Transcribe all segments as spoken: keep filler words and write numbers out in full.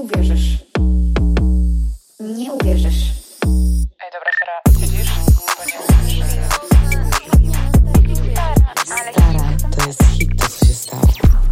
uwierzysz. Nie uwierzysz. Ej, dobra, Sara, siedzisz? Bo nie Stara, to jest hit, to co się stało.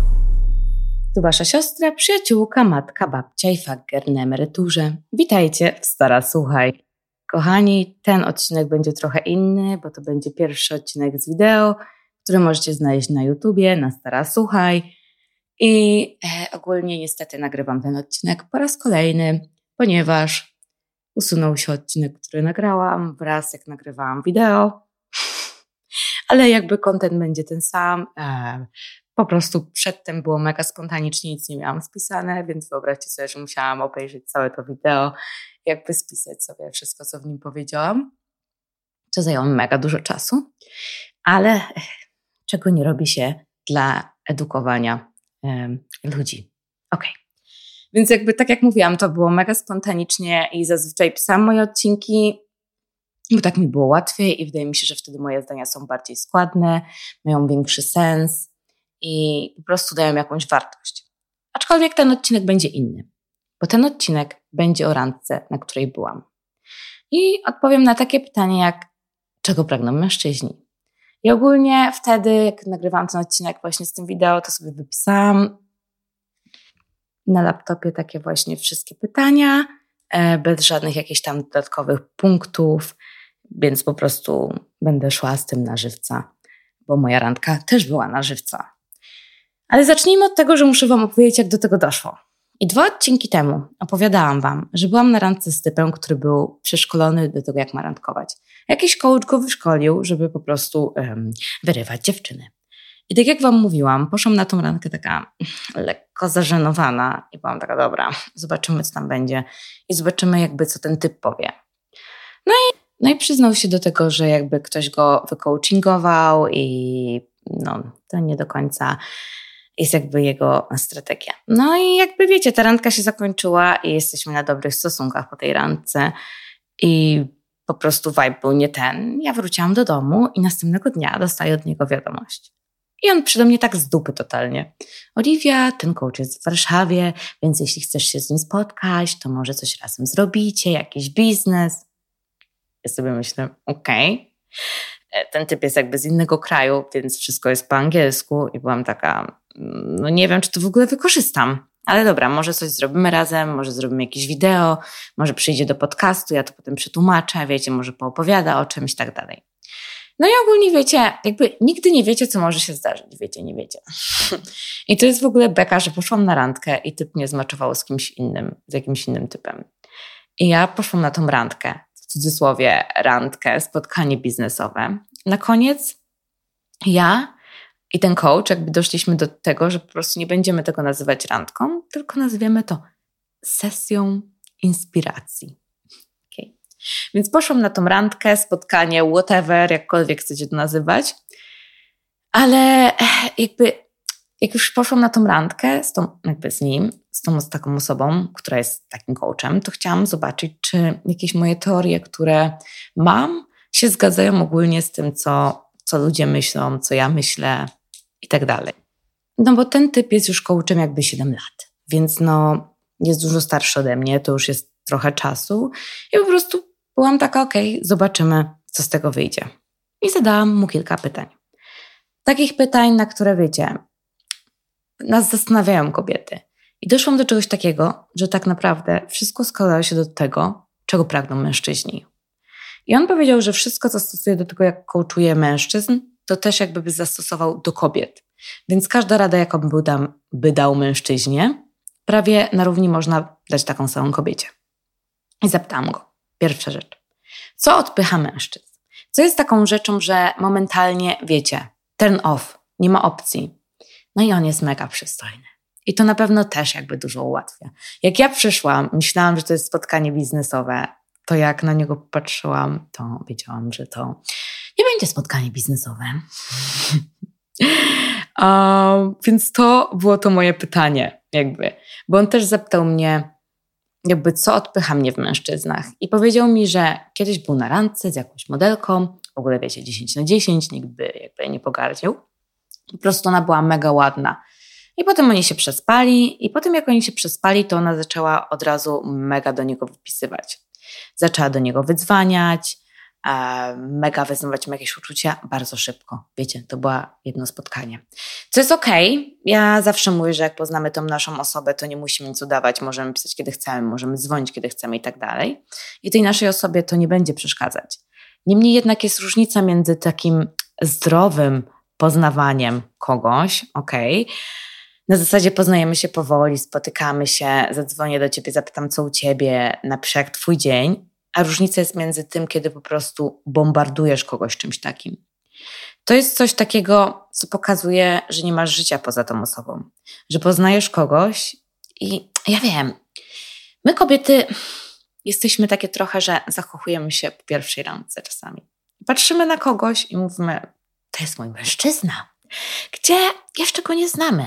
Tu wasza siostra, przyjaciółka, matka, babcia i fakker na emeryturze. Witajcie w Stara Słuchaj. Kochani, ten odcinek będzie trochę inny, bo to będzie pierwszy odcinek z wideo, który możecie znaleźć na YouTubie, na Stara Słuchaj. I e, ogólnie niestety nagrywam ten odcinek po raz kolejny, ponieważ usunął się odcinek, który nagrałam wraz jak nagrywałam wideo. Ale jakby content będzie ten sam. E, po prostu przedtem było mega spontanicznie, nic nie miałam spisane, więc wyobraźcie sobie, że musiałam obejrzeć całe to wideo, jakby spisać sobie wszystko, co w nim powiedziałam. To zajęło mega dużo czasu, ale czego nie robi się dla edukowania e, ludzi. Okej. Okay. Więc jakby tak jak mówiłam, to było mega spontanicznie i zazwyczaj pisałam moje odcinki, bo tak mi było łatwiej i wydaje mi się, że wtedy moje zdania są bardziej składne, mają większy sens i po prostu dają jakąś wartość. Aczkolwiek ten odcinek będzie inny, bo ten odcinek będzie o randce, na której byłam. I odpowiem na takie pytanie jak, czego pragną mężczyźni? I ogólnie wtedy, jak nagrywałam ten odcinek właśnie z tym wideo, to sobie wypisałam na laptopie takie właśnie wszystkie pytania, bez żadnych jakichś tam dodatkowych punktów, więc po prostu będę szła z tym na żywca, bo moja randka też była na żywca. Ale zacznijmy od tego, że muszę wam opowiedzieć, jak do tego doszło. I dwa odcinki temu opowiadałam wam, że byłam na randce z typem, który był przeszkolony do tego, jak ma randkować. Jakiś coach go wyszkolił, żeby po prostu um, wyrywać dziewczyny. I tak jak wam mówiłam, poszłam na tą randkę taka lekko zażenowana i byłam taka, dobra, zobaczymy, co tam będzie i zobaczymy jakby, co ten typ powie. No i, no i przyznał się do tego, że jakby ktoś go wycoachingował i no, to nie do końca jest jakby jego strategia. No i jakby wiecie, ta randka się zakończyła i jesteśmy na dobrych stosunkach po tej randce i po prostu vibe był nie ten. Ja wróciłam do domu i następnego dnia dostaję od niego wiadomość. I on przydo mnie tak z dupy totalnie. Oliwia, ten coach jest w Warszawie, więc jeśli chcesz się z nim spotkać, to może coś razem zrobicie, jakiś biznes. Ja sobie myślę, okej. Okay. Ten typ jest jakby z innego kraju, więc wszystko jest po angielsku i byłam taka, no nie wiem, czy to w ogóle wykorzystam. Ale dobra, może coś zrobimy razem, może zrobimy jakieś wideo, może przyjdzie do podcastu, ja to potem przetłumaczę, wiecie, może poopowiada o czymś i tak dalej. No i ogólnie wiecie, jakby nigdy nie wiecie, co może się zdarzyć. Wiecie, nie wiecie. I to jest w ogóle beka, że poszłam na randkę i typ mnie zmaczował z kimś innym, z jakimś innym typem. I ja poszłam na tą randkę, w cudzysłowie randkę, spotkanie biznesowe. Na koniec ja i ten coach jakby doszliśmy do tego, że po prostu nie będziemy tego nazywać randką, tylko nazwiemy to sesją inspiracji. Więc poszłam na tą randkę, spotkanie, whatever, jakkolwiek chcecie to nazywać. Ale jakby, jak już poszłam na tą randkę z tą, jakby z nim, z tą z taką osobą, która jest takim coachem, to chciałam zobaczyć, czy jakieś moje teorie, które mam, się zgadzają ogólnie z tym, co, co ludzie myślą, co ja myślę i tak dalej. No bo ten typ jest już coachem jakby siedem lat, więc no jest dużo starszy ode mnie, to już jest trochę czasu i po prostu byłam taka, okej, okay, zobaczymy, co z tego wyjdzie. I zadałam mu kilka pytań. Takich pytań, na które wiecie, nas zastanawiają kobiety. I doszłam do czegoś takiego, że tak naprawdę wszystko składało się do tego, czego pragną mężczyźni. I on powiedział, że wszystko, co stosuje do tego, jak coachuje mężczyzn, to też jakby by zastosował do kobiet. Więc każda rada, jaką by dał, by dał mężczyźnie, prawie na równi można dać taką samą kobiecie. I zapytałam go. Pierwsza rzecz. Co odpycha mężczyzn? Co jest taką rzeczą, że momentalnie, wiecie, turn off, nie ma opcji. No i on jest mega przystojny. I to na pewno też jakby dużo ułatwia. Jak ja przyszłam, myślałam, że to jest spotkanie biznesowe, to jak na niego popatrzyłam, to wiedziałam, że to nie będzie spotkanie biznesowe. um, więc to było to moje pytanie, jakby. Bo on też zapytał mnie, jakby co odpycha mnie w mężczyznach. I powiedział mi, że kiedyś był na randce z jakąś modelką, w ogóle wiecie, dziesięć na dziesięć, nikt by jakby nie pogardził. Po prostu ona była mega ładna. I potem oni się przespali i potem jak oni się przespali, to ona zaczęła od razu mega do niego wypisywać. Zaczęła do niego wydzwaniać, e, mega wyznawać mu jakieś uczucia bardzo szybko. Wiecie, to było jedno spotkanie. Co jest okej. Okay. Ja zawsze mówię, że jak poznamy tą naszą osobę, to nie musimy nic udawać. Możemy pisać kiedy chcemy, możemy dzwonić kiedy chcemy i tak dalej. I tej naszej osobie to nie będzie przeszkadzać. Niemniej jednak jest różnica między takim zdrowym poznawaniem kogoś, okej, okay. Na zasadzie poznajemy się powoli, spotykamy się, zadzwonię do ciebie, zapytam co u ciebie, napiszę jak twój dzień, a różnica jest między tym, kiedy po prostu bombardujesz kogoś czymś takim. To jest coś takiego, co pokazuje, że nie masz życia poza tą osobą, że poznajesz kogoś i ja wiem, my kobiety jesteśmy takie trochę, że zakochujemy się po pierwszej randce czasami. Patrzymy na kogoś i mówimy, to jest mój mężczyzna, gdzie jeszcze go nie znamy.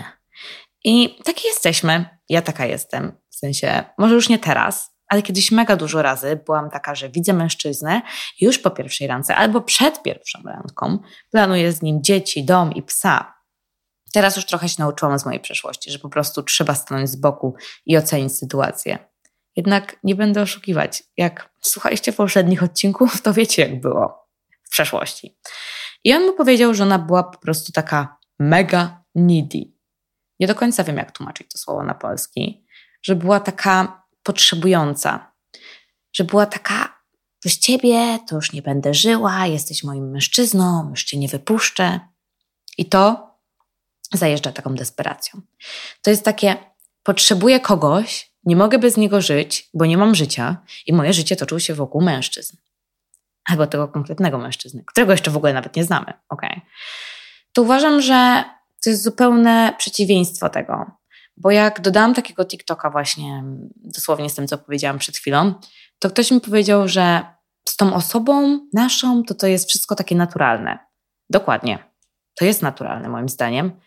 I takie jesteśmy, ja taka jestem, w sensie, może już nie teraz, ale kiedyś mega dużo razy byłam taka, że widzę mężczyznę już po pierwszej randce albo przed pierwszą randką, planuję z nim dzieci, dom i psa. Teraz już trochę się nauczyłam z mojej przeszłości, że po prostu trzeba stanąć z boku i ocenić sytuację. Jednak nie będę oszukiwać. Jak słuchaliście poprzednich odcinków, to wiecie jak było w przeszłości. I on mu powiedział, że ona była po prostu taka mega needy. Nie do końca wiem, jak tłumaczyć to słowo na polski. Że była taka potrzebująca. Że była taka, bez ciebie to już nie będę żyła, jesteś moim mężczyzną, już cię nie wypuszczę. I to zajeżdża taką desperacją. To jest takie, potrzebuję kogoś, nie mogę bez niego żyć, bo nie mam życia i moje życie toczyło się wokół mężczyzn. Albo tego konkretnego mężczyzny, którego jeszcze w ogóle nawet nie znamy. Okay. To uważam, że to jest zupełne przeciwieństwo tego. Bo jak dodałam takiego TikToka właśnie, dosłownie z tym, co powiedziałam przed chwilą, to ktoś mi powiedział, że z tą osobą naszą to to jest wszystko takie naturalne. Dokładnie. To jest naturalne moim zdaniem.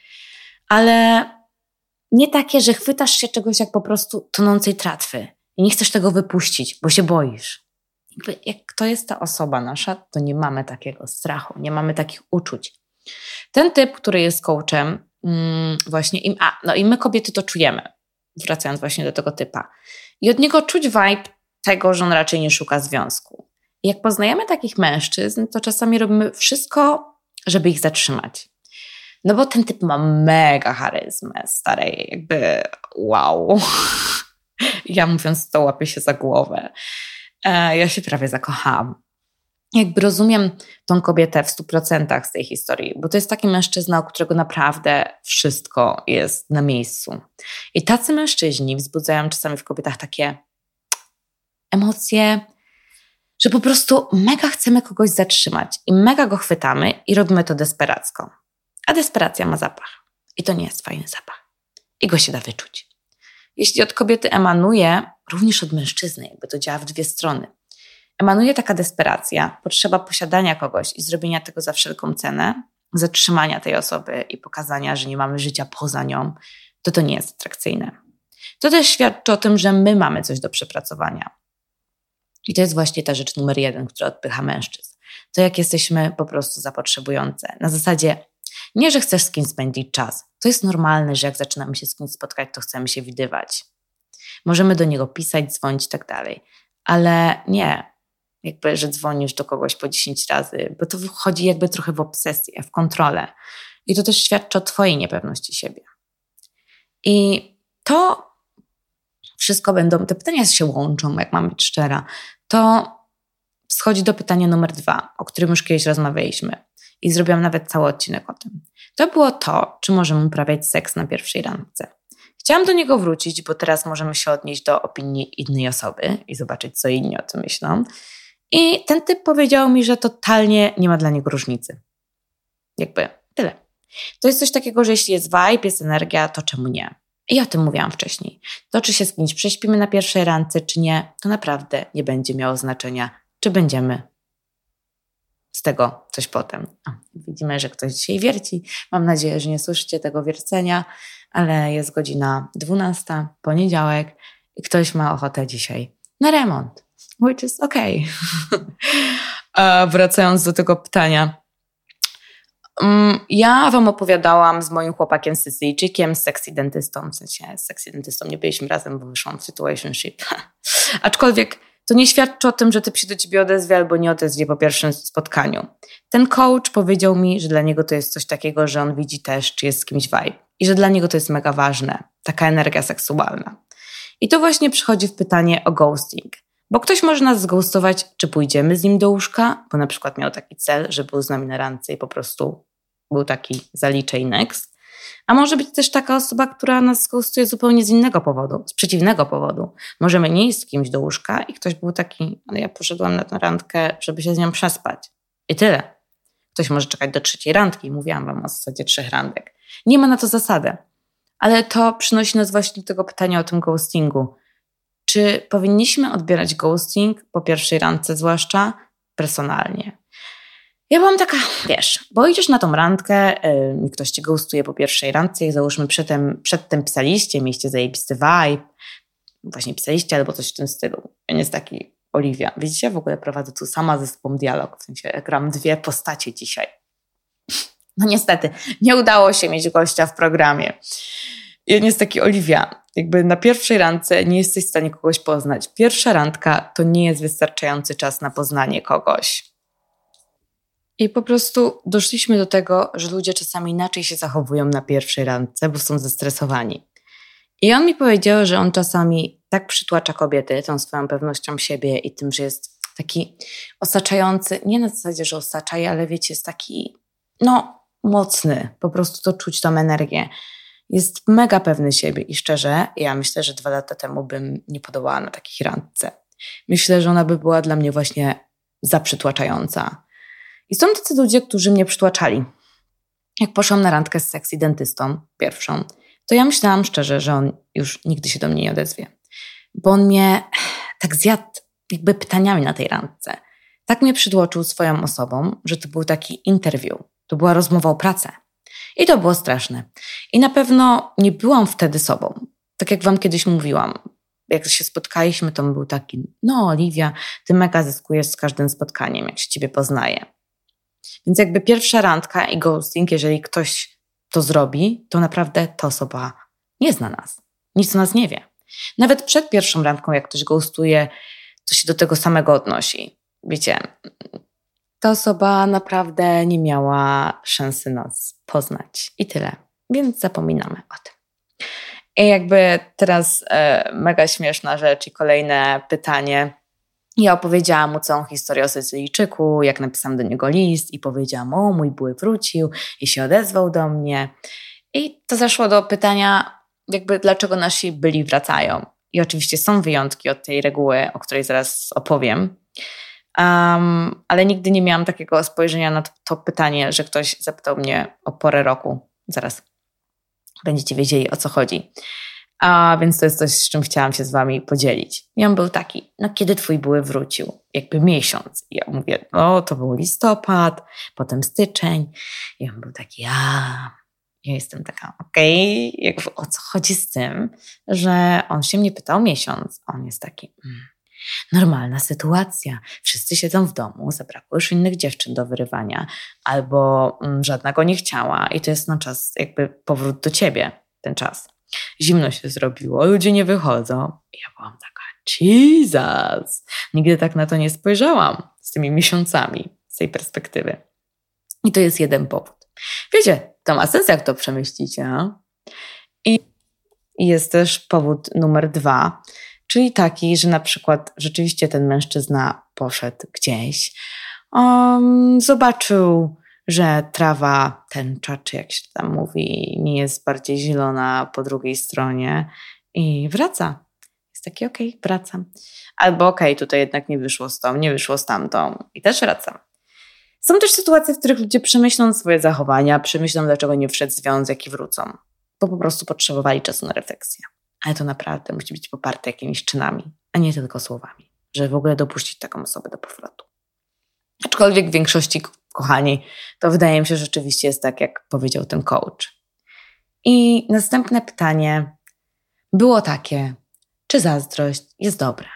Ale nie takie, że chwytasz się czegoś jak po prostu tonącej tratwy i nie chcesz tego wypuścić, bo się boisz. Jakby jak to jest ta osoba nasza, to nie mamy takiego strachu, nie mamy takich uczuć. Ten typ, który jest coachem, mm, właśnie im, a, no i my kobiety to czujemy, wracając właśnie do tego typa. I od niego czuć vibe tego, że on raczej nie szuka związku. I jak poznajemy takich mężczyzn, to czasami robimy wszystko, żeby ich zatrzymać. No bo ten typ ma mega charyzmę, starej, jakby wow. Ja mówiąc to łapię się za głowę. E, ja się prawie zakochałam. Jakby rozumiem tą kobietę w stu procentach z tej historii, bo to jest taki mężczyzna, u którego naprawdę wszystko jest na miejscu. I tacy mężczyźni wzbudzają czasami w kobietach takie emocje, że po prostu mega chcemy kogoś zatrzymać i mega go chwytamy i robimy to desperacko. A desperacja ma zapach. I to nie jest fajny zapach. I go się da wyczuć. Jeśli od kobiety emanuje, również od mężczyzny, jakby to działa w dwie strony, emanuje taka desperacja, potrzeba posiadania kogoś i zrobienia tego za wszelką cenę, zatrzymania tej osoby i pokazania, że nie mamy życia poza nią, to to nie jest atrakcyjne. To też świadczy o tym, że my mamy coś do przepracowania. I to jest właśnie ta rzecz numer jeden, która odpycha mężczyzn. To jak jesteśmy po prostu zapotrzebujące. Na zasadzie nie, że chcesz z kimś spędzić czas. To jest normalne, że jak zaczynamy się z kimś spotkać, to chcemy się widywać. Możemy do niego pisać, dzwonić i tak dalej. Ale nie, jakby, że dzwonisz do kogoś po dziesięć razy, bo to wchodzi jakby trochę w obsesję, w kontrolę. I to też świadczy o twojej niepewności siebie. I to wszystko będą, te pytania się łączą, jak mam być szczera. To schodzi do pytania numer dwa, o którym już kiedyś rozmawialiśmy. I zrobiłam nawet cały odcinek o tym. To było to, czy możemy uprawiać seks na pierwszej randce. Chciałam do niego wrócić, bo teraz możemy się odnieść do opinii innej osoby i zobaczyć, co inni o tym myślą. I ten typ powiedział mi, że totalnie nie ma dla niego różnicy. Jakby tyle. To jest coś takiego, że jeśli jest vibe, jest energia, to czemu nie? I o tym mówiłam wcześniej. To, czy się z kimś prześpimy na pierwszej randce, czy nie, to naprawdę nie będzie miało znaczenia, czy będziemy z tego coś potem. O, widzimy, że ktoś dzisiaj wierci. Mam nadzieję, że nie słyszycie tego wiercenia, ale jest godzina dwunasta, poniedziałek i ktoś ma ochotę dzisiaj na remont, which is okay. A wracając do tego pytania, Ja wam opowiadałam z moim chłopakiem Sycyjczykiem, z sexy dentystą, w sensie z sexy dentystą nie byliśmy razem, bo wyszłam w situationship. Aczkolwiek to nie świadczy o tym, że typ się do ciebie odezwie albo nie odezwie po pierwszym spotkaniu. Ten coach powiedział mi, że dla niego to jest coś takiego, że on widzi też, czy jest z kimś vibe. I że dla niego to jest mega ważne. Taka energia seksualna. I to właśnie przychodzi w pytanie o ghosting. Bo ktoś może nas zghostować, czy pójdziemy z nim do łóżka, bo na przykład miał taki cel, że był z nami na randce i po prostu był taki zaliczej next. A może być też taka osoba, która nas zghostuje zupełnie z innego powodu, z przeciwnego powodu. Możemy nie iść z kimś do łóżka i ktoś był taki, ale ja poszedłem na tę randkę, żeby się z nią przespać. I tyle. Ktoś może czekać do trzeciej randki. Mówiłam wam o zasadzie trzech randek. Nie ma na to zasady. Ale to przynosi nas właśnie do tego pytania o tym ghostingu. Czy powinniśmy odbierać ghosting po pierwszej randce, zwłaszcza personalnie? Ja byłam taka, wiesz, bo idziesz na tą randkę i yy, ktoś cię ghostuje po pierwszej randce i załóżmy przedtem, przedtem pisaliście, mieliście zajebisty vibe, właśnie pisaliście albo coś w tym stylu. On jest taki, Oliwia, widzicie, w ogóle prowadzę tu sama ze sobą dialog, w sensie gram dwie postacie dzisiaj. No niestety, nie udało się mieć gościa w programie. I on jest taki, Oliwia, jakby na pierwszej randce nie jesteś w stanie kogoś poznać. Pierwsza randka to nie jest wystarczający czas na poznanie kogoś. I po prostu doszliśmy do tego, że ludzie czasami inaczej się zachowują na pierwszej randce, bo są zestresowani. I on mi powiedział, że on czasami tak przytłacza kobiety tą swoją pewnością siebie i tym, że jest taki osaczający, nie na zasadzie, że osacza, ale wiecie, jest taki, no, mocny. Po prostu to czuć tą energię. Jest mega pewny siebie i szczerze, ja myślę, że dwa lata temu bym nie podołała na takiej randce. Myślę, że ona by była dla mnie właśnie za przytłaczająca. I są tacy ludzie, którzy mnie przytłaczali. Jak poszłam na randkę z sexy dentystą, pierwszą, to ja myślałam szczerze, że on już nigdy się do mnie nie odezwie. Bo on mnie tak zjadł jakby pytaniami na tej randce. Tak mnie przytłoczył swoją osobą, że to był taki interview. To była rozmowa o pracę. I to było straszne. I na pewno nie byłam wtedy sobą. Tak jak wam kiedyś mówiłam. Jak się spotkaliśmy, to on był taki, no Oliwia, ty mega zyskujesz z każdym spotkaniem, jak się ciebie poznaje. Więc jakby pierwsza randka i ghosting, jeżeli ktoś to zrobi, to naprawdę ta osoba nie zna nas. Nic o nas nie wie. Nawet przed pierwszą randką, jak ktoś ghostuje, to się do tego samego odnosi. Wiecie, ta osoba naprawdę nie miała szansy nas poznać. I tyle. Więc zapominamy o tym. I jakby teraz e, mega śmieszna rzecz i kolejne pytanie. Ja opowiedziałam mu całą historię o Sycylijczyku, jak napisałam do niego list i powiedziałam, o mój były wrócił i się odezwał do mnie. I to zaszło do pytania, jakby dlaczego nasi byli wracają. I oczywiście są wyjątki od tej reguły, o której zaraz opowiem. Um, ale nigdy nie miałam takiego spojrzenia na to, to pytanie, że ktoś zapytał mnie o porę roku. Zaraz będziecie wiedzieli, o co chodzi. A więc to jest coś, z czym chciałam się z wami podzielić. I on był taki, no kiedy twój były wrócił? Jakby miesiąc. I ja mówię, no to był listopad, potem styczeń. I on był taki, a ja jestem taka, okej, okay. Jakby o co chodzi z tym, że on się mnie pytał miesiąc. On jest taki, mm, normalna sytuacja. Wszyscy siedzą w domu, zabrakło już innych dziewczyn do wyrywania, albo mm, żadna go nie chciała i to jest na czas jakby powrót do ciebie, ten czas. Zimno się zrobiło, ludzie nie wychodzą. I ja byłam taka, Jesus! Nigdy tak na to nie spojrzałam z tymi miesiącami, z tej perspektywy. I to jest jeden powód. Wiecie, to ma sens, jak to przemyślicie. No? I jest też powód numer dwa, czyli taki, że na przykład rzeczywiście ten mężczyzna poszedł gdzieś, um, zobaczył, że trawa tęcza, czy jak się tam mówi, nie jest bardziej zielona po drugiej stronie i wraca. Jest taki, okej, okay, wracam. Albo okej, okay, tutaj jednak nie wyszło z tą, nie wyszło z tamtą i też wracam. Są też sytuacje, w których ludzie przemyślą swoje zachowania, przemyślą, dlaczego nie wszedł związek i wrócą, bo po prostu potrzebowali czasu na refleksję. Ale to naprawdę musi być poparte jakimiś czynami, a nie tylko słowami, żeby w ogóle dopuścić taką osobę do powrotu. Aczkolwiek w większości, kochani, to wydaje mi się, że rzeczywiście jest tak, jak powiedział ten coach. I następne pytanie było takie, czy zazdrość jest dobra?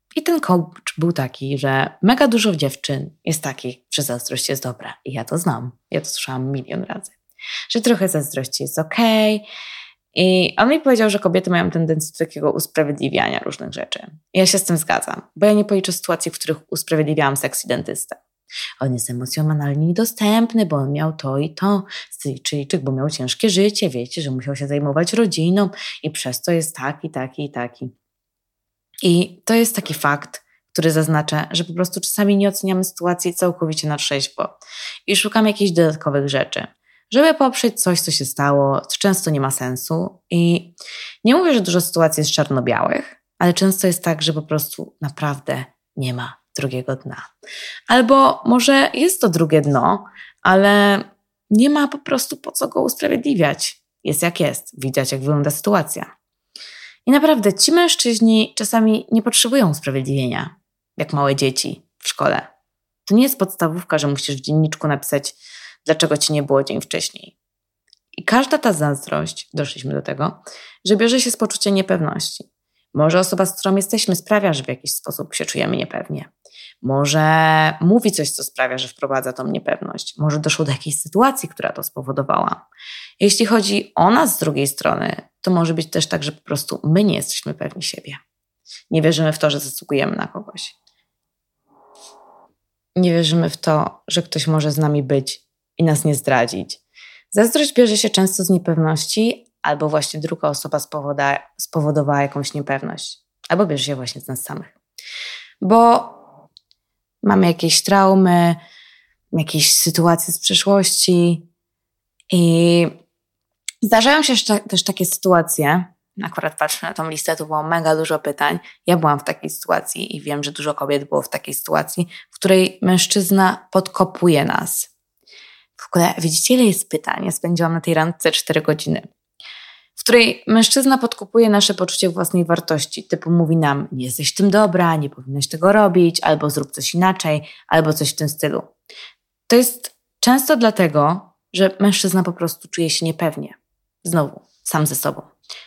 I ten coach był taki, że mega dużo dziewczyn jest takich, że zazdrość jest dobra. I ja to znam. Ja to słyszałam milion razy. Że trochę zazdrości jest okej. Okay. I on mi powiedział, że kobiety mają tendencję do takiego usprawiedliwiania różnych rzeczy. I ja się z tym zgadzam, bo ja nie policzę sytuacji, w których usprawiedliwiałam seks i dentystę. On jest emocjonalnie niedostępny, bo on miał to i to, Syryjczyk, bo miał ciężkie życie, wiecie, że musiał się zajmować rodziną i przez to jest taki, taki i taki. I to jest taki fakt, który zaznacza, że po prostu czasami nie oceniamy sytuacji całkowicie na trzeźwo i szukamy jakichś dodatkowych rzeczy, żeby poprzeć coś, co się stało, co często nie ma sensu. I nie mówię, że dużo sytuacji jest czarno-białych, ale często jest tak, że po prostu naprawdę nie ma drugiego dna. Albo może jest to drugie dno, ale nie ma po prostu po co go usprawiedliwiać. Jest jak jest, widać jak wygląda sytuacja. I naprawdę ci mężczyźni czasami nie potrzebują usprawiedliwienia, jak małe dzieci w szkole. To nie jest podstawówka, że musisz w dzienniczku napisać, dlaczego ci nie było dzień wcześniej. I każda ta zazdrość, doszliśmy do tego, że bierze się z poczucia niepewności. Może osoba, z którą jesteśmy, sprawia, że w jakiś sposób się czujemy niepewnie. Może mówi coś, co sprawia, że wprowadza tą niepewność. Może doszło do jakiejś sytuacji, która to spowodowała. Jeśli chodzi o nas z drugiej strony, to może być też tak, że po prostu my nie jesteśmy pewni siebie. Nie wierzymy w to, że zasługujemy na kogoś. Nie wierzymy w to, że ktoś może z nami być i nas nie zdradzić. Zazdrość bierze się często z niepewności, albo właśnie druga osoba spowoda, spowodowała jakąś niepewność. Albo bierze się właśnie z nas samych. Bo mamy jakieś traumy, jakieś sytuacje z przeszłości i zdarzają się też takie sytuacje, akurat patrzę na tą listę, tu było mega dużo pytań. Ja byłam w takiej sytuacji i wiem, że dużo kobiet było w takiej sytuacji, w której mężczyzna podkopuje nas. W ogóle widzicie, ile jest pytań? Ja spędziłam na tej randce cztery godziny. W której mężczyzna podkopuje nasze poczucie własnej wartości. Typu mówi nam, nie jesteś w tym dobra, nie powinnaś tego robić, albo zrób coś inaczej, albo coś w tym stylu. To jest często dlatego, że mężczyzna po prostu czuje się niepewnie. Znowu, sam ze sobą.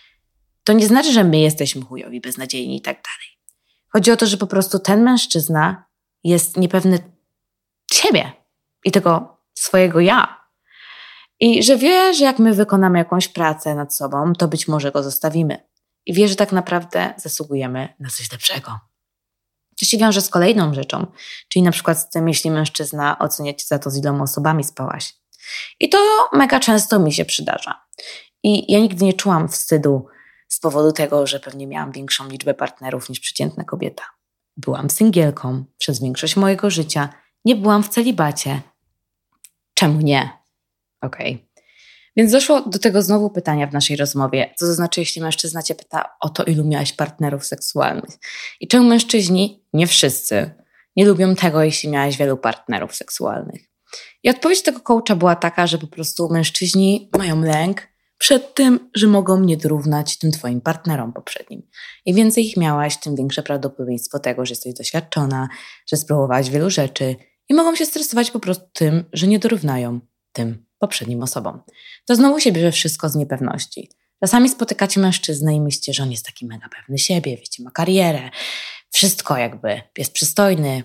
To nie znaczy, że my jesteśmy chujowi, beznadziejni i tak dalej. Chodzi o to, że po prostu ten mężczyzna jest niepewny siebie i tego swojego ja. I że wie, że jak my wykonamy jakąś pracę nad sobą, to być może go zostawimy. I wie, że tak naprawdę zasługujemy na coś lepszego. To się wiąże z kolejną rzeczą, czyli na przykład z tym, jeśli mężczyzna ocenia cię za to, z iloma osobami spałaś. I to mega często mi się przydarza. I ja nigdy nie czułam wstydu z powodu tego, że pewnie miałam większą liczbę partnerów niż przeciętna kobieta. Byłam singielką przez większość mojego życia. Nie byłam w celibacie. Czemu nie? Okej. Okay. Więc doszło do tego znowu pytania w naszej rozmowie. Co to znaczy, jeśli mężczyzna cię pyta o to, ilu miałaś partnerów seksualnych? I czemu mężczyźni, nie wszyscy, nie lubią tego, jeśli miałaś wielu partnerów seksualnych? I odpowiedź tego coacha była taka, że po prostu mężczyźni mają lęk przed tym, że mogą nie dorównać tym twoim partnerom poprzednim. Im więcej ich miałaś, tym większe prawdopodobieństwo tego, że jesteś doświadczona, że spróbowałaś wielu rzeczy i mogą się stresować po prostu tym, że nie dorównają tym poprzednim osobom. To znowu się bierze wszystko z niepewności. Czasami spotykacie mężczyznę i myślicie, że on jest taki mega pewny siebie, wiecie, ma karierę, wszystko jakby, jest przystojny.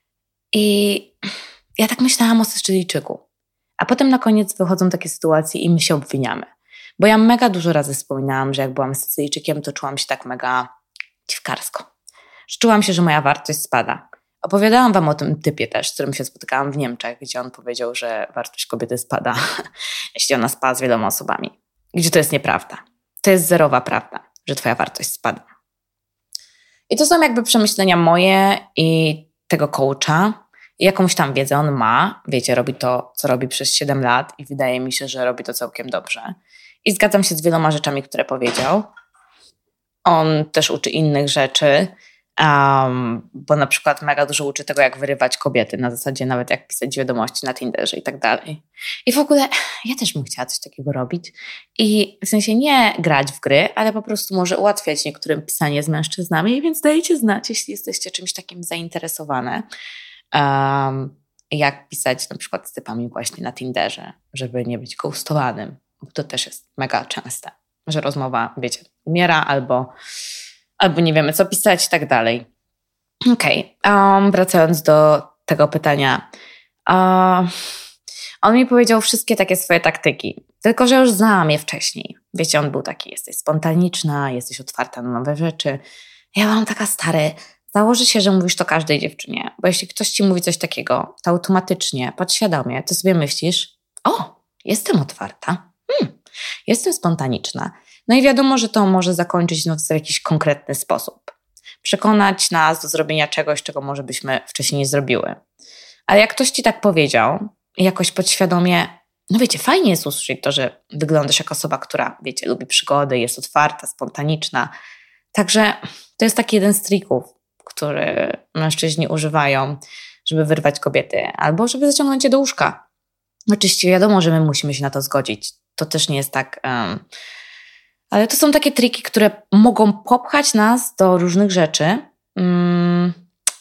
I ja tak myślałam o Sycylijczyku. A potem na koniec wychodzą takie sytuacje i my się obwiniamy. Bo ja mega dużo razy wspominałam, że jak byłam Sycylijczykiem, to czułam się tak mega dziwkarsko. Że czułam się, że moja wartość spada. Opowiadałam wam o tym typie też, z którym się spotykałam w Niemczech, gdzie on powiedział, że wartość kobiety spada, jeśli ona spała z wieloma osobami. Gdzie to jest nieprawda. To jest zerowa prawda, że twoja wartość spada. I to są jakby przemyślenia moje i tego coacha. I jakąś tam wiedzę on ma. Wiecie, robi to, co robi przez siedem lat i wydaje mi się, że robi to całkiem dobrze. I zgadzam się z wieloma rzeczami, które powiedział. On też uczy innych rzeczy, Um, bo na przykład mega dużo uczy tego, jak wyrywać kobiety, na zasadzie nawet jak pisać wiadomości na Tinderze i tak dalej. I w ogóle ja też bym chciała coś takiego robić i w sensie nie grać w gry, ale po prostu może ułatwiać niektórym pisanie z mężczyznami, więc dajcie znać, jeśli jesteście czymś takim zainteresowane, um, jak pisać na przykład z typami właśnie na Tinderze, żeby nie być ghostowanym, bo to też jest mega częste, że rozmowa, wiecie, umiera albo albo nie wiemy, co pisać i tak dalej. Okej, okay. um, wracając do tego pytania. Um, on mi powiedział wszystkie takie swoje taktyki, tylko że już znałam je wcześniej. Wiecie, on był taki, jesteś spontaniczna, jesteś otwarta na nowe rzeczy. Ja byłam taka, stary, założy się, że mówisz to każdej dziewczynie, bo jeśli ktoś ci mówi coś takiego, to automatycznie, podświadomie, ty sobie myślisz, o, jestem otwarta, hmm, jestem spontaniczna. No i wiadomo, że to może zakończyć noc w jakiś konkretny sposób. Przekonać nas do zrobienia czegoś, czego może byśmy wcześniej nie zrobiły. Ale jak ktoś ci tak powiedział, jakoś podświadomie, no wiecie, fajnie jest usłyszeć to, że wyglądasz jak osoba, która, wiecie, lubi przygody, jest otwarta, spontaniczna. Także to jest taki jeden z trików, który mężczyźni używają, żeby wyrwać kobiety albo żeby zaciągnąć je do łóżka. Oczywiście wiadomo, że my musimy się na to zgodzić. To też nie jest tak... Um, ale to są takie triki, które mogą popchać nas do różnych rzeczy. Um,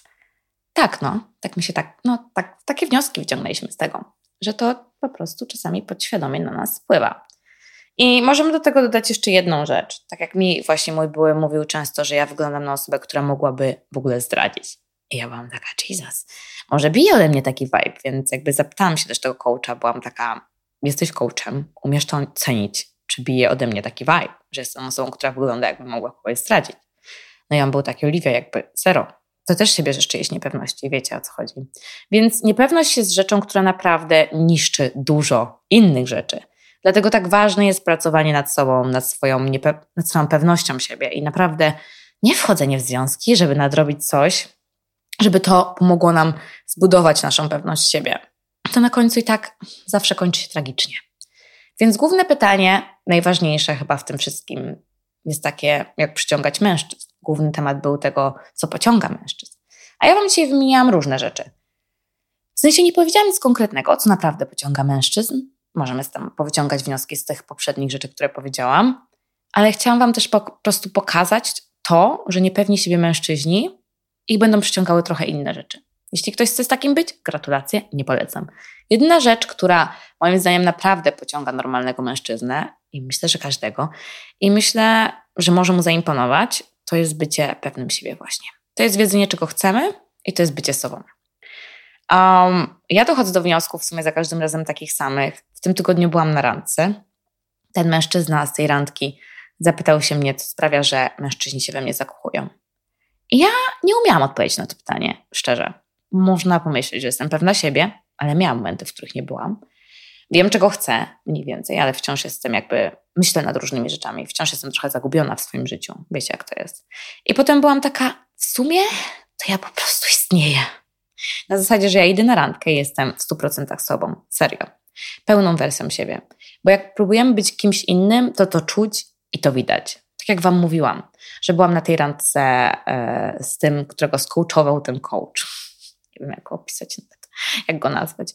tak, no. Tak mi się tak... No, tak, takie wnioski wyciągnęliśmy z tego, że to po prostu czasami podświadomie na nas wpływa. I możemy do tego dodać jeszcze jedną rzecz. Tak jak mi właśnie mój były mówił często, że ja wyglądam na osobę, która mogłaby w ogóle zdradzić. I ja byłam taka, Jesus, może bije ode mnie taki vibe, więc jakby zapytałam się też tego coacha, byłam taka, jesteś coachem, umiesz to cenić, czy bije ode mnie taki vibe, że jestem osobą, która wygląda jakby mogła kogoś zdradzić. No i on był taki, Oliwia, jakby zero. To też się bierzesz czyjeś niepewności, wiecie o co chodzi. Więc niepewność jest rzeczą, która naprawdę niszczy dużo innych rzeczy. Dlatego tak ważne jest pracowanie nad sobą, nad swoją, niepe- nad swoją pewnością siebie i naprawdę nie wchodzenie w związki, żeby nadrobić coś, żeby to pomogło nam zbudować naszą pewność siebie. To na końcu i tak zawsze kończy się tragicznie. Więc główne pytanie, najważniejsze chyba w tym wszystkim, jest takie, jak przyciągać mężczyzn. Główny temat był tego, co pociąga mężczyzn. A ja wam dzisiaj wymieniałam różne rzeczy. W sensie nie powiedziałam nic konkretnego, co naprawdę pociąga mężczyzn. Możemy tam powyciągać wnioski z tych poprzednich rzeczy, które powiedziałam, ale chciałam wam też po prostu pokazać to, że niepewni siebie mężczyźni ich będą przyciągały trochę inne rzeczy. Jeśli ktoś chce z takim być, gratulacje, nie polecam. Jedyna rzecz, która moim zdaniem naprawdę pociąga normalnego mężczyznę i myślę, że każdego i myślę, że może mu zaimponować, to jest bycie pewnym siebie właśnie. To jest wiedzenie, czego chcemy i to jest bycie sobą. Um, ja dochodzę do wniosków w sumie za każdym razem takich samych. W tym tygodniu byłam na randce. Ten mężczyzna z tej randki zapytał się mnie, co sprawia, że mężczyźni się we mnie zakochują. I ja nie umiałam odpowiedzieć na to pytanie, szczerze. Można pomyśleć, że jestem pewna siebie, ale miałam momenty, w których nie byłam. Wiem, czego chcę, mniej więcej, ale wciąż jestem jakby, myślę nad różnymi rzeczami. Wciąż jestem trochę zagubiona w swoim życiu. Wiecie, jak to jest. I potem byłam taka, w sumie to ja po prostu istnieję. Na zasadzie, że ja idę na randkę i jestem w stu procentach sobą. Serio. Pełną wersją siebie. Bo jak próbujemy być kimś innym, to to czuć i to widać. Tak jak wam mówiłam, że byłam na tej randce e, z tym, którego skoachował ten coach. Nie wiem, jak go opisać, jak go nazwać.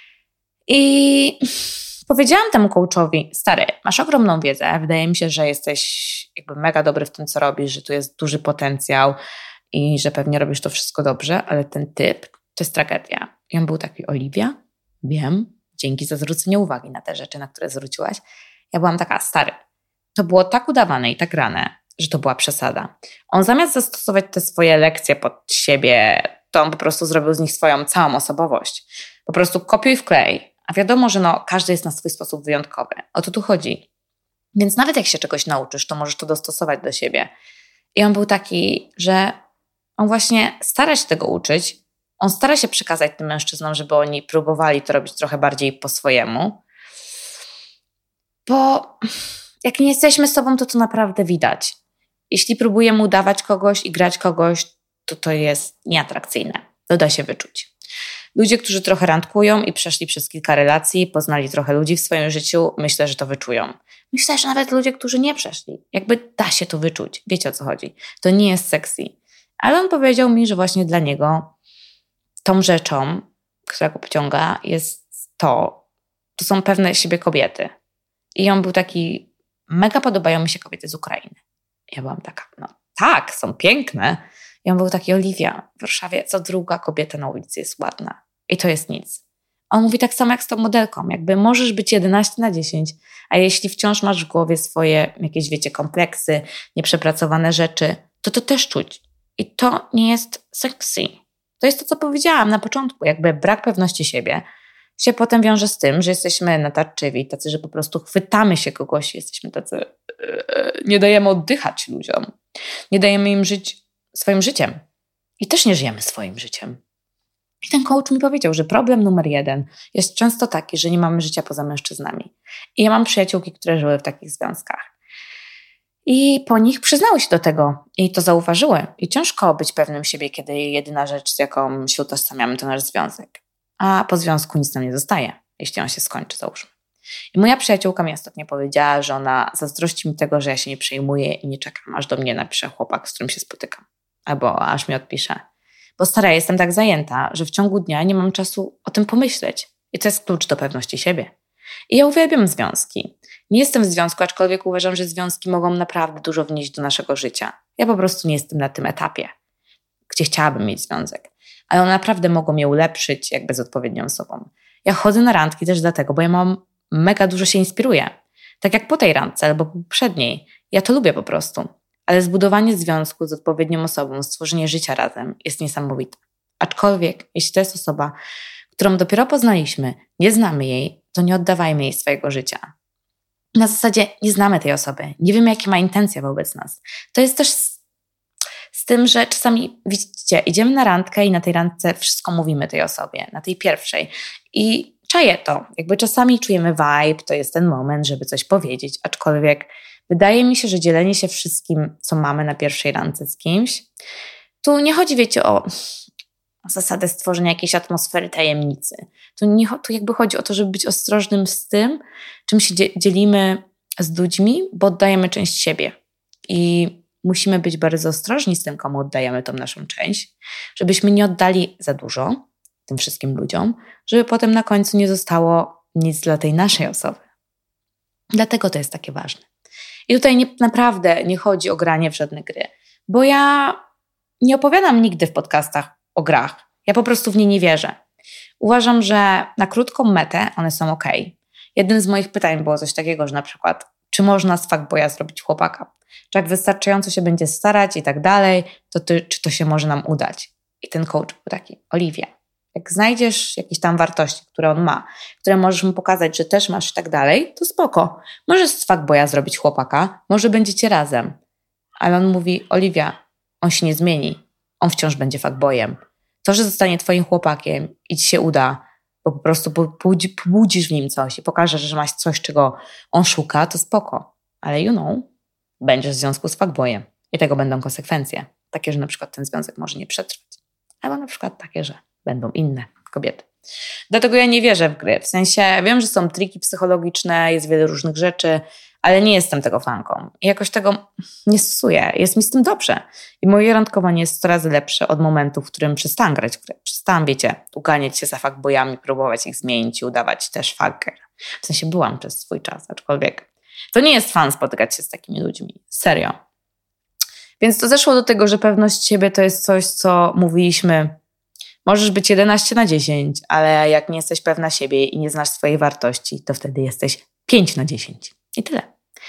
I powiedziałam temu coachowi, stary, masz ogromną wiedzę, wydaje mi się, że jesteś jakby mega dobry w tym, co robisz, że tu jest duży potencjał i że pewnie robisz to wszystko dobrze, ale ten typ to jest tragedia. I on był taki, Oliwia, wiem, dzięki za zwrócenie uwagi na te rzeczy, na które zwróciłaś. Ja byłam taka, stary, to było tak udawane i tak grane, że to była przesada. On zamiast zastosować te swoje lekcje pod siebie, to on po prostu zrobił z nich swoją całą osobowość. Po prostu kopiuj wklej. A wiadomo, że no, każdy jest na swój sposób wyjątkowy. O to tu chodzi. Więc nawet jak się czegoś nauczysz, to możesz to dostosować do siebie. I on był taki, że on właśnie stara się tego uczyć. On stara się przekazać tym mężczyznom, żeby oni próbowali to robić trochę bardziej po swojemu. Bo jak nie jesteśmy sobą, to to naprawdę widać. Jeśli próbujemy udawać kogoś i grać kogoś, to to jest nieatrakcyjne. To da się wyczuć. Ludzie, którzy trochę randkują i przeszli przez kilka relacji, poznali trochę ludzi w swoim życiu, myślę, że to wyczują. Myślę, że nawet ludzie, którzy nie przeszli, jakby da się to wyczuć. Wiecie, o co chodzi. To nie jest sexy. Ale on powiedział mi, że właśnie dla niego tą rzeczą, która go pociąga, jest to, to są pewne siebie kobiety. I on był taki, mega podobają mi się kobiety z Ukrainy. Ja byłam taka, no tak, są piękne. I on był taki, Oliwia, w Warszawie co druga kobieta na ulicy jest ładna. I to jest nic. On mówi tak samo jak z tą modelką, jakby możesz być jedenaście na dziesięć, a jeśli wciąż masz w głowie swoje jakieś, wiecie, kompleksy, nieprzepracowane rzeczy, to to też czuć. I to nie jest sexy. To jest to, co powiedziałam na początku. Jakby brak pewności siebie się potem wiąże z tym, że jesteśmy natarczywi, tacy, że po prostu chwytamy się kogoś, jesteśmy tacy, yy, nie dajemy oddychać ludziom. Nie dajemy im żyć swoim życiem. I też nie żyjemy swoim życiem. I ten coach mi powiedział, że problem numer jeden jest często taki, że nie mamy życia poza mężczyznami. I ja mam przyjaciółki, które żyły w takich związkach. I po nich przyznały się do tego i to zauważyły. I ciężko być pewnym siebie, kiedy jedyna rzecz, z jaką się utożsamiamy, to nasz związek. A po związku nic nam nie zostaje, jeśli on się skończy, załóżmy. I moja przyjaciółka mi ostatnio powiedziała, że ona zazdrości mi tego, że ja się nie przejmuję i nie czekam, aż do mnie napisze chłopak, z którym się spotykam. Albo aż mi odpisze. Bo stara, jestem tak zajęta, że w ciągu dnia nie mam czasu o tym pomyśleć. I to jest klucz do pewności siebie. I ja uwielbiam związki. Nie jestem w związku, aczkolwiek uważam, że związki mogą naprawdę dużo wnieść do naszego życia. Ja po prostu nie jestem na tym etapie, gdzie chciałabym mieć związek. Ale one naprawdę mogą mnie ulepszyć jakby z odpowiednią osobą. Ja chodzę na randki też dlatego, bo ja mam mega dużo się inspiruję. Tak jak po tej randce albo poprzedniej. Ja to lubię po prostu. Ale zbudowanie związku z odpowiednią osobą, stworzenie życia razem jest niesamowite. Aczkolwiek, jeśli to jest osoba, którą dopiero poznaliśmy, nie znamy jej, to nie oddawajmy jej swojego życia. Na zasadzie nie znamy tej osoby, nie wiemy, jakie ma intencje wobec nas. To jest też z, z tym, że czasami, widzicie, idziemy na randkę i na tej randce wszystko mówimy tej osobie, na tej pierwszej. I czaję to. Jakby czasami czujemy vibe, to jest ten moment, żeby coś powiedzieć, aczkolwiek wydaje mi się, że dzielenie się wszystkim, co mamy na pierwszej randce z kimś, tu nie chodzi, wiecie, o zasadę stworzenia jakiejś atmosfery tajemnicy. Tu, nie, tu jakby chodzi o to, żeby być ostrożnym z tym, czym się dzielimy z ludźmi, bo oddajemy część siebie. I musimy być bardzo ostrożni z tym, komu oddajemy tą naszą część, żebyśmy nie oddali za dużo tym wszystkim ludziom, żeby potem na końcu nie zostało nic dla tej naszej osoby. Dlatego to jest takie ważne. I tutaj nie, naprawdę nie chodzi o granie w żadne gry, bo ja nie opowiadam nigdy w podcastach o grach. Ja po prostu w nie nie wierzę. Uważam, że na krótką metę one są okej. Jednym z moich pytań było coś takiego, że na przykład, czy można z fuckboya zrobić chłopaka? Czy jak wystarczająco się będzie starać i tak dalej, to ty, czy to się może nam udać? I ten coach był taki, Oliwia, jak znajdziesz jakieś tam wartości, które on ma, które możesz mu pokazać, że też masz i tak dalej, to spoko. Możesz z fuckboya zrobić chłopaka, może będziecie razem. Ale on mówi, Oliwia, on się nie zmieni. On wciąż będzie fuckboyem. To, że zostanie twoim chłopakiem i ci się uda, bo po prostu pobudzisz w nim coś i pokażesz, że masz coś, czego on szuka, to spoko. Ale you know, będziesz w związku z fuckboyem. I tego będą konsekwencje. Takie, że na przykład ten związek może nie przetrwać. Albo na przykład takie, że będą inne kobiety. Dlatego ja nie wierzę w gry. W sensie wiem, że są triki psychologiczne, jest wiele różnych rzeczy, ale nie jestem tego fanką. I jakoś tego nie stosuję. Jest mi z tym dobrze. I moje randkowanie jest sto razy lepsze od momentu, w którym przestałam grać w gry. Przestałam, wiecie, uganiać się za fuckboyami, próbować ich zmienić i udawać też fucker. W sensie byłam przez swój czas, aczkolwiek to nie jest fan spotykać się z takimi ludźmi. Serio. Więc to zeszło do tego, że pewność siebie to jest coś, co mówiliśmy, możesz być jedenaście na dziesięć, ale jak nie jesteś pewna siebie i nie znasz swojej wartości, to wtedy jesteś pięć na dziesięć. I tyle.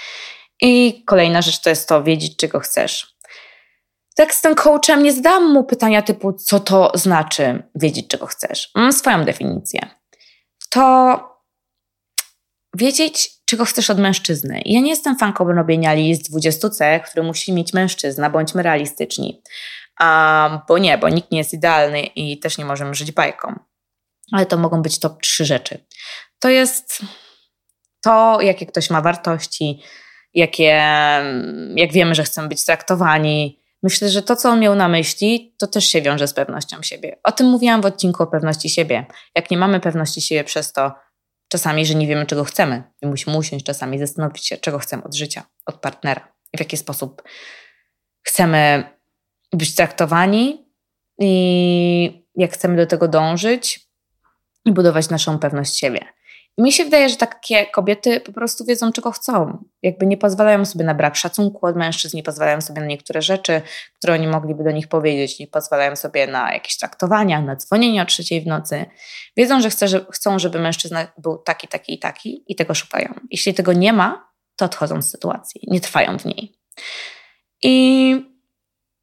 I kolejna rzecz to jest to, wiedzieć, czego chcesz. Tak z tym coachem nie zadałam mu pytania typu, co to znaczy wiedzieć, czego chcesz. Mam swoją definicję. To wiedzieć, czego chcesz od mężczyzny. I ja nie jestem fanką robienia list dwudziestu cech, które musi mieć mężczyzna, bądźmy realistyczni. Um, bo nie, bo nikt nie jest idealny i też nie możemy żyć bajką. Ale to mogą być top trzy rzeczy. To jest to, jakie ktoś ma wartości, jakie, jak wiemy, że chcemy być traktowani. Myślę, że to, co on miał na myśli, to też się wiąże z pewnością siebie. O tym mówiłam w odcinku o pewności siebie. Jak nie mamy pewności siebie przez to, czasami, że nie wiemy, czego chcemy. I musimy usiąść czasami, zastanowić się, czego chcemy od życia, od partnera. I w jaki sposób chcemy być traktowani i jak chcemy do tego dążyć i budować naszą pewność siebie. I mi się wydaje, że takie kobiety po prostu wiedzą, czego chcą. Jakby nie pozwalają sobie na brak szacunku od mężczyzn, nie pozwalają sobie na niektóre rzeczy, które oni mogliby do nich powiedzieć, nie pozwalają sobie na jakieś traktowania, na dzwonienie o trzeciej w nocy. Wiedzą, że, chce, że chcą, żeby mężczyzna był taki, taki i taki i tego szukają. Jeśli tego nie ma, to odchodzą z sytuacji, nie trwają w niej. I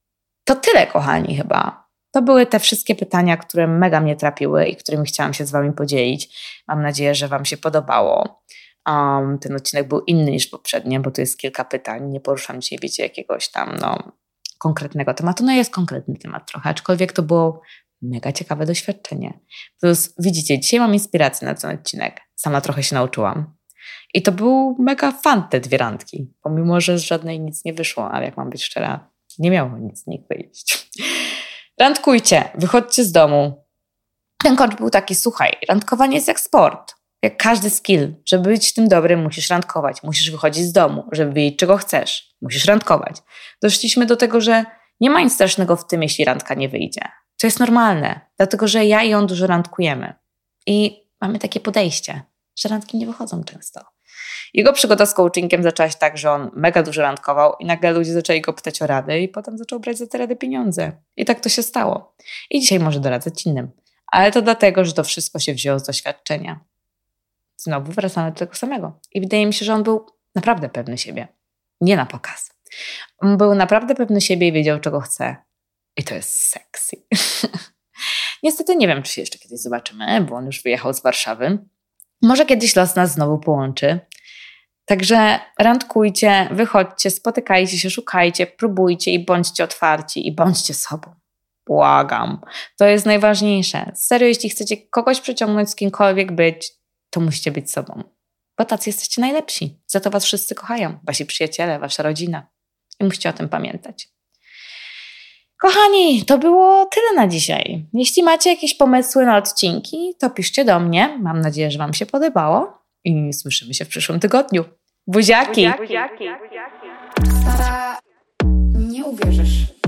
To tyle, kochani, chyba. To były te wszystkie pytania, które mega mnie trapiły i którymi chciałam się z wami podzielić. Mam nadzieję, że wam się podobało. Um, ten odcinek był inny niż poprzednie, bo tu jest kilka pytań. Nie poruszam dzisiaj, wiecie, jakiegoś tam no, konkretnego tematu. No jest konkretny temat trochę, aczkolwiek to było mega ciekawe doświadczenie. Plus widzicie, dzisiaj mam inspirację na ten odcinek. Sama trochę się nauczyłam. I to był mega fan te dwie randki. Pomimo, że z żadnej nic nie wyszło, ale jak mam być szczera, nie miało nic z nich wyjść. Randkujcie, wychodźcie z domu. Ten coach był taki, słuchaj, randkowanie jest jak sport. Jak każdy skill. Żeby być w tym dobrym, musisz randkować. Musisz wychodzić z domu. Żeby wiedzieć, czego chcesz. Musisz randkować. Doszliśmy do tego, że nie ma nic strasznego w tym, jeśli randka nie wyjdzie. To jest normalne. Dlatego, że ja i on dużo randkujemy. I mamy takie podejście, że randki nie wychodzą często. Jego przygoda z coachingiem zaczęła się tak, że on mega dużo randkował i nagle ludzie zaczęli go pytać o rady i potem zaczął brać za te rady pieniądze. I tak to się stało. I dzisiaj może doradzać innym. Ale to dlatego, że to wszystko się wzięło z doświadczenia. Znowu wracamy do tego samego. I wydaje mi się, że on był naprawdę pewny siebie. Nie na pokaz. On był naprawdę pewny siebie i wiedział, czego chce. I to jest sexy. Niestety nie wiem, czy się jeszcze kiedyś zobaczymy, bo on już wyjechał z Warszawy. Może kiedyś los nas znowu połączy. Także randkujcie, wychodźcie, spotykajcie się, szukajcie, próbujcie i bądźcie otwarci i bądźcie sobą. Błagam. To jest najważniejsze. Serio, jeśli chcecie kogoś przyciągnąć, z kimkolwiek być, to musicie być sobą. Bo tacy jesteście najlepsi. Za to was wszyscy kochają. Wasi przyjaciele, wasza rodzina. I musicie o tym pamiętać. Kochani, to było tyle na dzisiaj. Jeśli macie jakieś pomysły na odcinki, to piszcie do mnie. Mam nadzieję, że wam się podobało. I słyszymy się w przyszłym tygodniu. Buziaki! Sara, nie uwierzysz.